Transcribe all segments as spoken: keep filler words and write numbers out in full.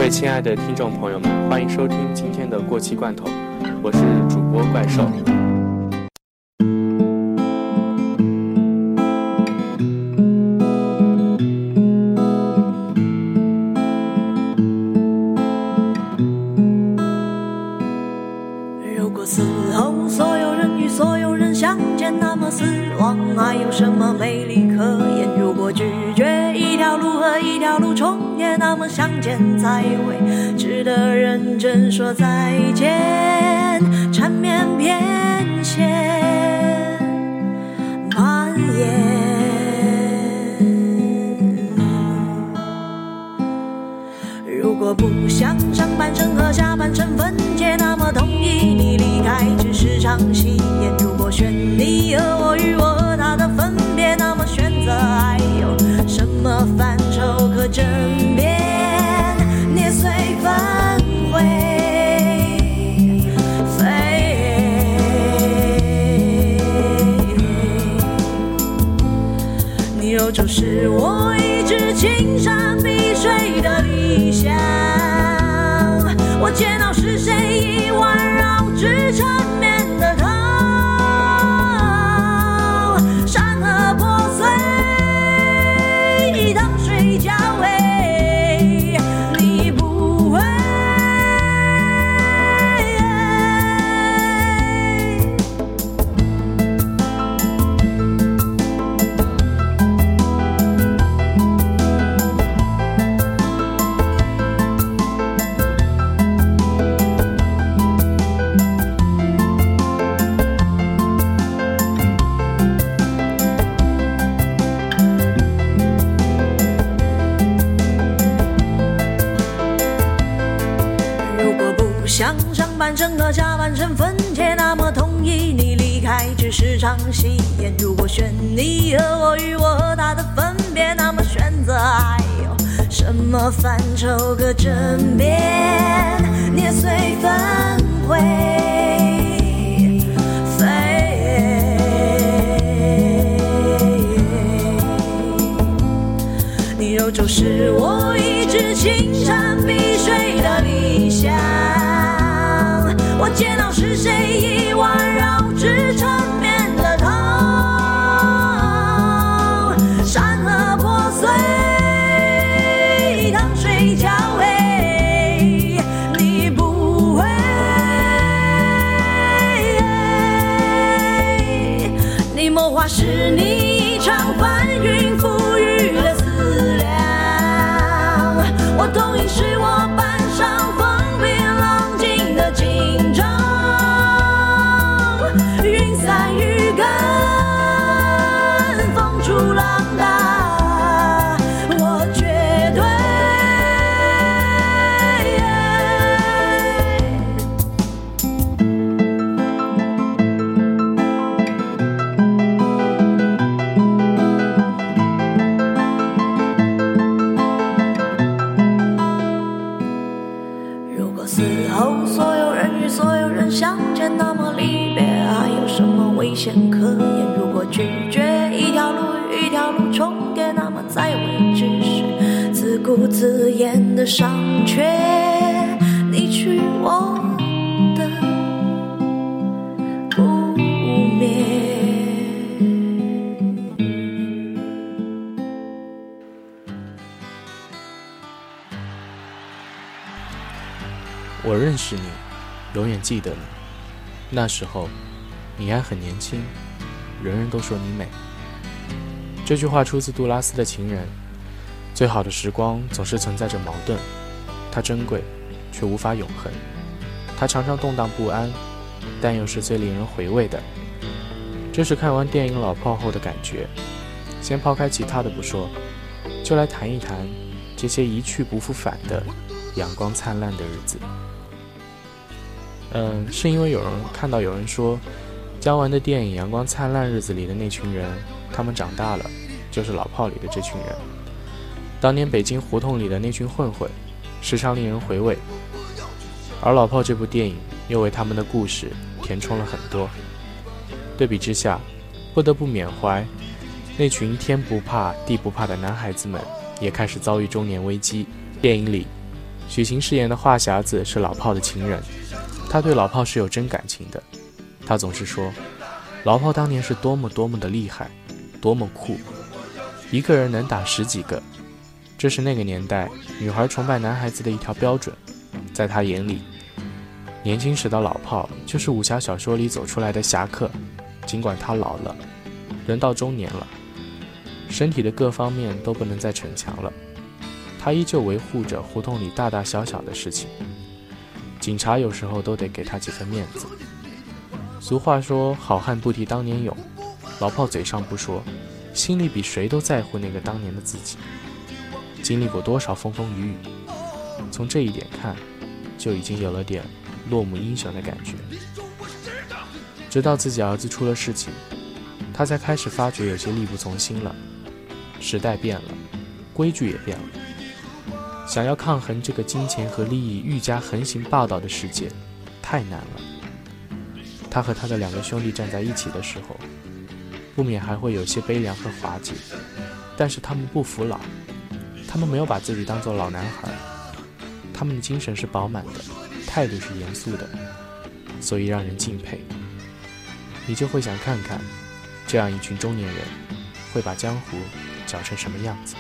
位亲爱的听众朋友们，欢迎收听今天的过期罐头，我是主播怪兽。 如果死后所有人与所有人相见，那么死亡还有什么美丽可言？如果拒绝一条路和一条路重叠，那么相见才会值得认真说再见。缠绵偏跹蔓延，如果不想上半身和下半身分解，那么同意你离开只是场戏演。如果选你和我与我和他的分别，那么选择还有什么范畴可争辩？捏碎分灰飞，你揉就是我一直青山碧水的理想。我见到是谁已环绕至缠绵的头，山河破碎，糖水交汇，你不会想上半身和下半身分解，那么同意你离开只是场戏演。如果选你和我与我和他的分别，那么选择还有什么范畴可争辩？捏碎分灰飞，你揉就是我一直青山碧水的理想。我见到是谁已环绕至缠绵的头，山河破碎，糖水交汇，你不会你谋划是你一场翻云覆雨的思量，我同意是我班上风平浪静的景象，云散雨干，风出浪大，我绝对如果死后所有人与所有人相见，那么离别还有什么危险可言？如果拒绝一条路与一条路重叠，那么再会只是自顾自演的商榷。你去我的不灭。 我认识你，永远记得你。那时候，你还很年轻，人人都说你美。这句话出自杜拉斯的《情人》。最好的时光总是存在着矛盾，它珍贵，却无法永恒。它常常动荡不安，但又是最令人回味的。这是看完电影《老炮》后的感觉。先抛开其他的不说，就来谈一谈这些一去不复返的阳光灿烂的日子。嗯，是因为有人看到有人说，姜文的电影《阳光灿烂日子》里的那群人，他们长大了，就是老炮里的这群人。当年北京胡同里的那群混混，时常令人回味。而老炮这部电影又为他们的故事填充了很多。对比之下，不得不缅怀那群天不怕地不怕的男孩子们，也开始遭遇中年危机。电影里许晴饰演的话匣子是老炮的情人，他对老炮是有真感情的。他总是说，老炮当年是多么多么的厉害，多么酷，一个人能打十几个，这是那个年代女孩崇拜男孩子的一条标准。在他眼里，年轻时的老炮就是武侠小说里走出来的侠客，尽管他老了，人到中年了，身体的各方面都不能再逞强了，他依旧维护着胡同里大大小小的事情，警察有时候都得给他几分面子。俗话说好汉不提当年勇，老炮嘴上不说，心里比谁都在乎那个当年的自己，经历过多少风风雨雨，从这一点看，就已经有了点落幕英雄的感觉。直到自己儿子出了事情，他才开始发觉有些力不从心了。时代变了，规矩也变了，想要抗衡这个金钱和利益愈加横行霸道的世界，太难了。他和他的两个兄弟站在一起的时候，不免还会有些悲凉和滑稽，但是他们不服老，他们没有把自己当作老男孩，他们的精神是饱满的，态度是严肃的，所以让人敬佩。你就会想看看，这样一群中年人会把江湖搅成什么样子。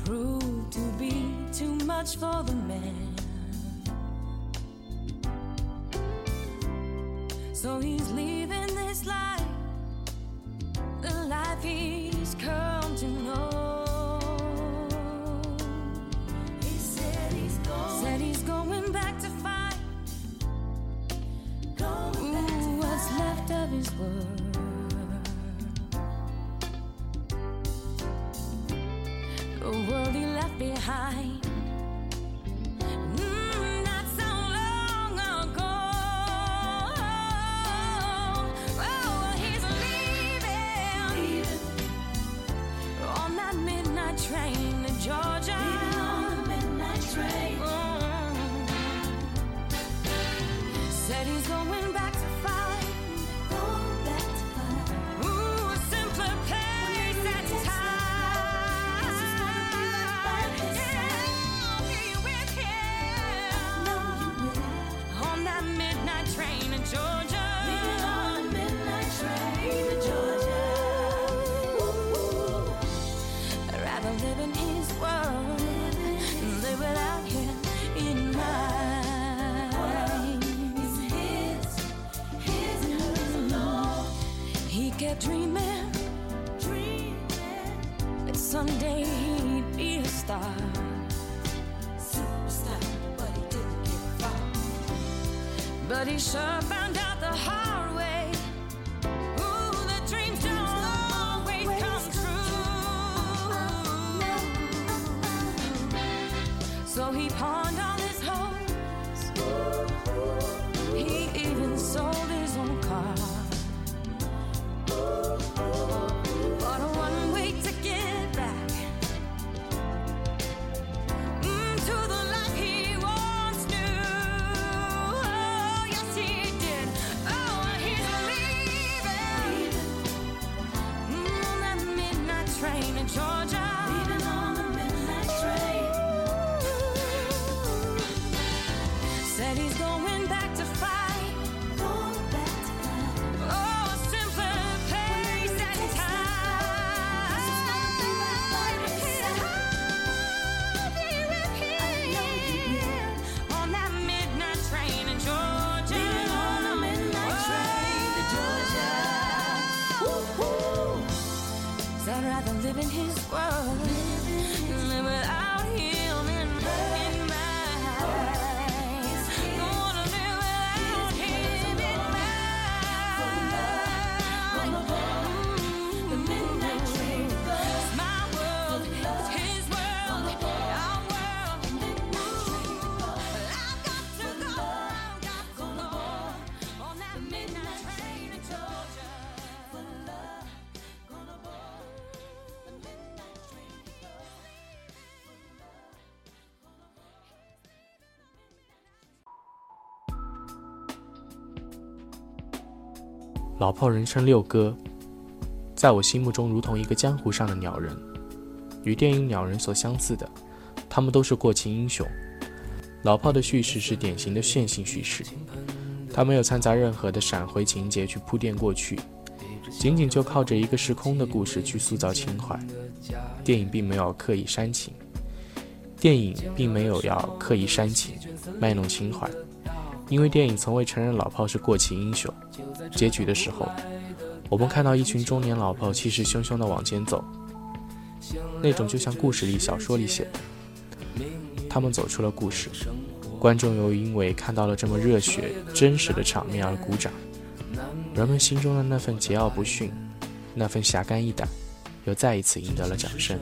proved to be too much for the man. So he's leaving this life, the life he's come to know. He said he's going, said he's going back to fight, going Ooh, back to what's fight. Left of his world. The world he left behind. Georgia, leaving on the midnight train. Mm. Said he's going back to fight, going back to fight. Ooh, a simpler place and time. Yeah, I'll be with him. On that midnight train to Georgia. Leaving on the midnight train to Georgia. Ooh, I'd rather live in his world, live without him in mine. It's his, his and hers alone. He kept dreaming, dreaming that someday he'd be a star, superstar, but he didn't get far. But he sure found out the hard way. Ooh, the dreams don't always come true. So he pawned all his hopes. He even sold his own car. Bought a one-way ticket back mm, to the life he once knew. Oh, yes he did. Oh, he's leaving mm, on that midnight train in Georgia. Leaving on the midnight train. Said he's going back to fight, going back to fight. Oh, a simpler place and time. I'll be with him on that midnight train in Georgia. Leaving on the midnight train to Georgia. Woo-hoo. Said I'd rather live in his world, live without him in in mine. Don't wanna live without him in mine. The midnight train goes. My world is his world, our world. I've got to go, I've got to go on that midnight train to Georgia. For love, gonna board the midnight train to Georgia. 老炮人称六哥，在我心目中如同一个江湖上的鸟人，与电影鸟人所相似的，他们都是过气英雄。老炮的叙事是典型的线性叙事，他没有掺杂任何的闪回情节去铺垫过去，仅仅就靠着一个时空的故事去塑造情怀。电影并没有刻意煽情，电影并没有要刻意煽情卖弄情怀，因为电影从未承认老炮是过气英雄。结局的时候，我们看到一群中年老炮气势汹汹地往前走，那种就像故事里小说里写的，他们走出了故事，观众又因为看到了这么热血真实的场面而鼓掌，人们心中的那份桀骜不驯，那份侠肝义胆又再一次赢得了掌声。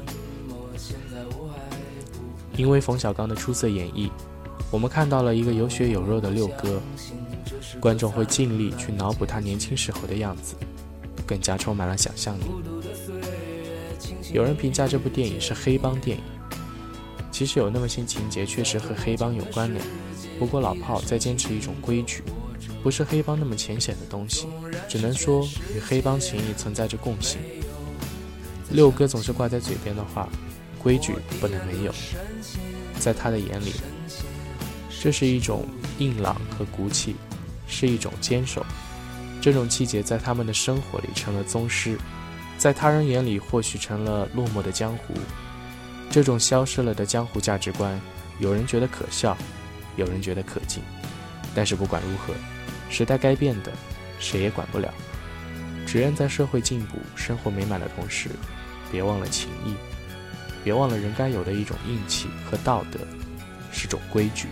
因为冯小刚的出色演绎，我们看到了一个有血有肉的六哥，观众会尽力去脑补他年轻时候的样子，更加充满了想象力。有人评价这部电影是黑帮电影，其实有那么些情节确实和黑帮有关联，不过老炮在坚持一种规矩，不是黑帮那么浅显的东西，只能说与黑帮情谊存在着共性。六哥总是挂在嘴边的话，规矩不能没有，在他的眼里，这是一种硬朗和骨气，是一种坚守。这种气节在他们的生活里成了宗师，在他人眼里或许成了落寞的江湖， 这种消失了的江湖价值观，有人觉得可笑，有人觉得可敬，但是不管如何，时代该变的，谁也管不了。只愿在社会进步、生活美满的同时，别忘了情义，别忘了人该有的一种义气和道德，是种规矩。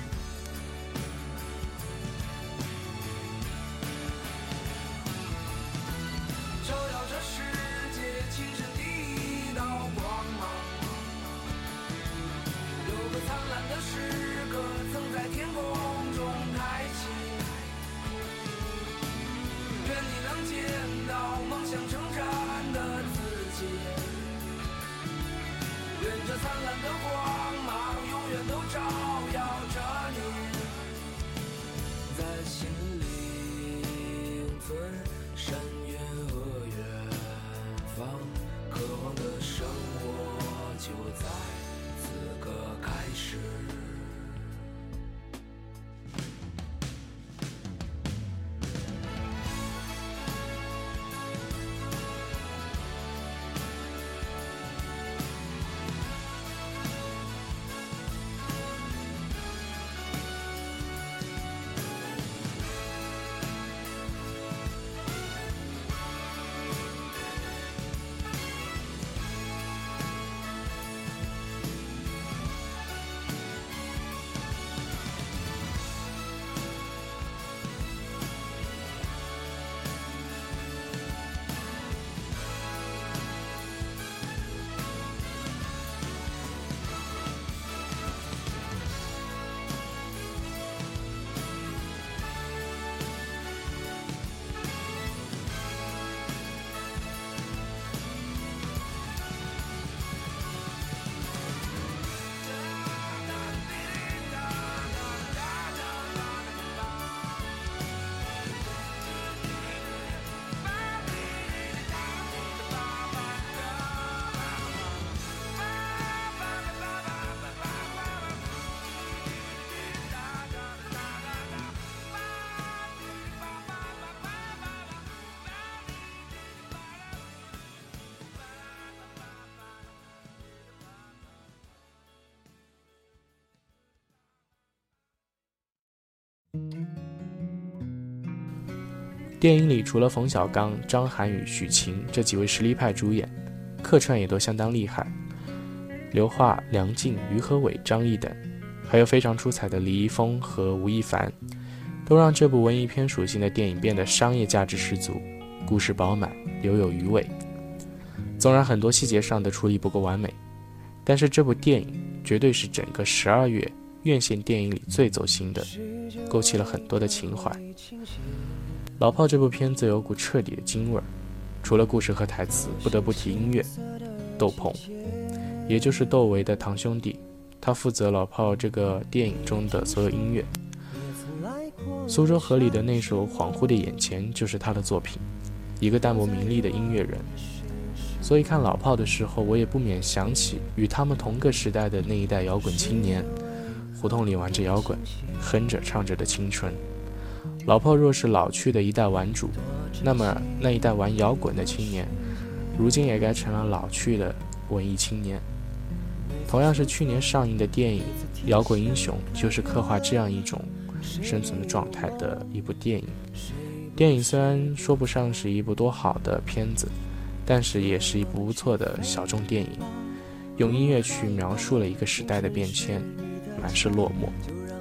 电影里除了冯小刚、张涵予、许晴这几位实力派主演，客串也都相当厉害，刘桦、梁静、于和伟、张译等，还有非常出彩的李易峰和吴亦凡，都让这部文艺片属性的电影变得商业价值十足，故事饱满，留有余味。纵然很多细节上的处理不够完美，但是这部电影绝对是整个十二月院线电影里最走心的，勾起了很多的情怀。老炮这部片子有股彻底的京味儿，除了故事和台词，不得不提音乐。窦鹏，也就是窦唯的堂兄弟，他负责老炮这个电影中的所有音乐。苏州河里的那首《恍惚的眼前》就是他的作品，一个淡泊名利的音乐人。所以看老炮的时候，我也不免想起与他们同个时代的那一代摇滚青年，胡同里玩着摇滚，哼着唱着的青春。老炮若是老去的一代玩主，那么那一代玩摇滚的青年，如今也该成了老去的文艺青年。同样是去年上映的电影《摇滚英雄》，就是刻画这样一种生存的状态的一部电影。电影虽然说不上是一部多好的片子，但是也是一部不错的小众电影，用音乐去描述了一个时代的变迁，满是落寞。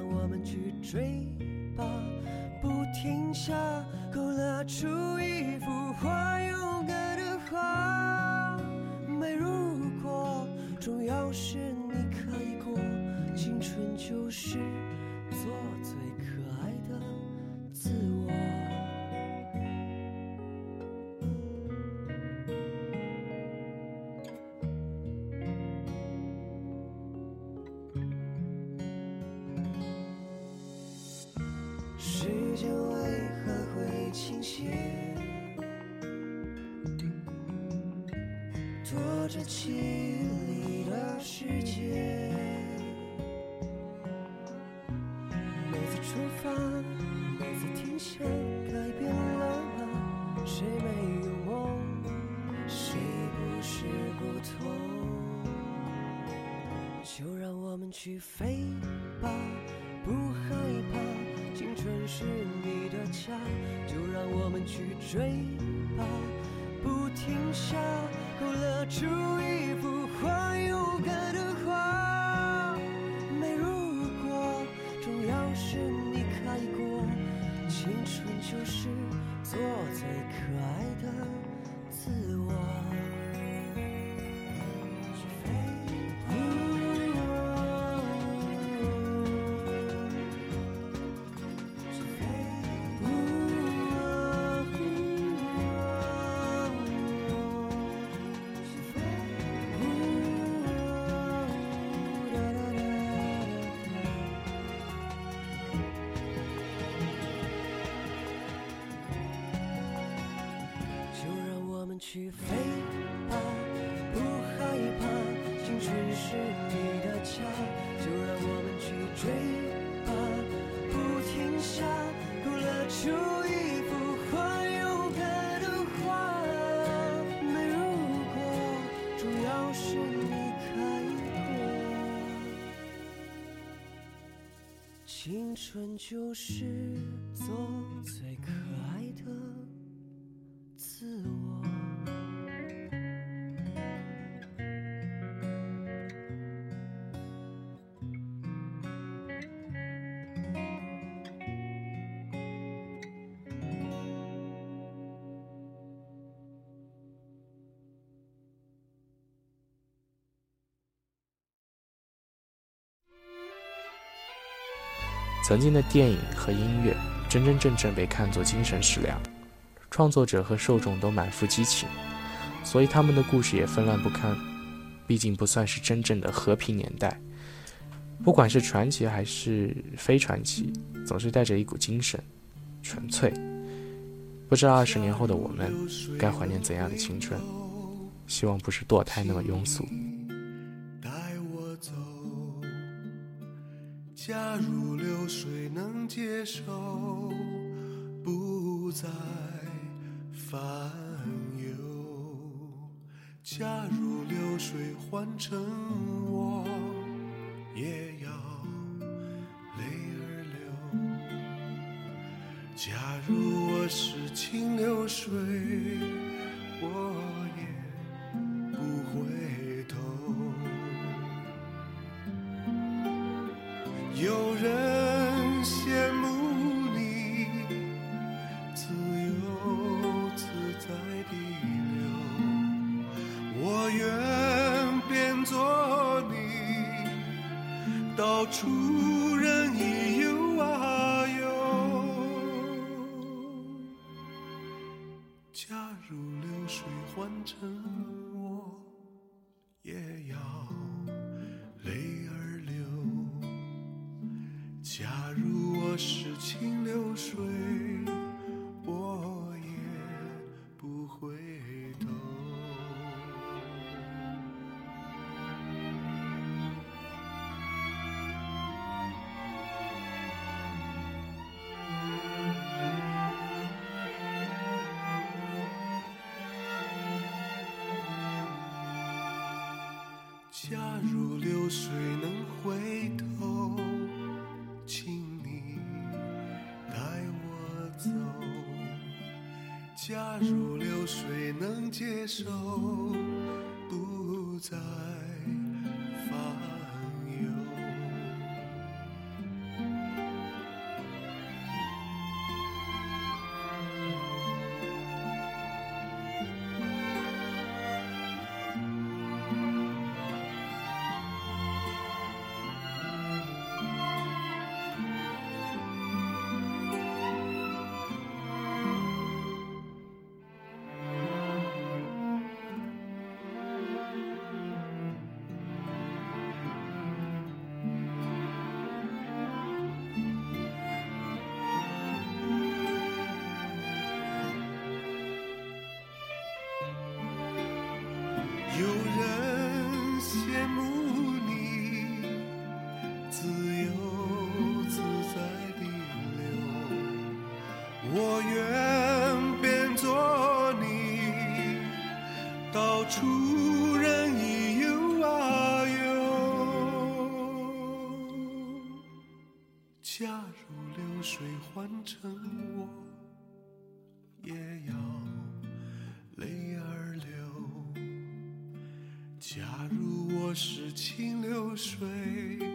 勾勒出一幅画，勇敢的画，没如果，重要是你可以过，青春就是做最可爱的自我。时间为何会倾斜，拖着凄厉的世界，每次出发，每次停下，改变了吗？谁没有梦？谁不是不同？ 就让我们去飞吧，不害怕，青春是你的家，就让我们去追吧，不停下，勾勒出一幅画，勇敢的画，没如果，重要是你开过，青春就是做最可爱的自我。去飞吧，不害怕，青春是你的家，就让我们去追吧，不停下，勾勒出一幅画，勇敢的画，没如果，重要是你开过，青春就是做最可爱的自我。 曾经的电影和音乐真真正正被看作精神食粮，创作者和受众都满腹激情，所以他们的故事也纷乱不堪。毕竟不算是真正的和平年代，不管是传奇还是非传奇，总是带着一股精神纯粹。不知道二十年后的我们该怀念怎样的青春，希望不是堕胎那么庸俗。 带我走，假如流水能接受，不再烦忧，假如流水换成我，也要泪儿流，假如我是清流水，我也不回头。有人羡慕你自由自在地流，我愿变作你，到处任意游啊游。假如流水换成我，也要泪儿流。假如我是清流水，我也不回头。假如流水能回头，请你带我走。假如流水能接受，不再烦忧。 假如流水换成我，也要泪儿流。假如我是清流水，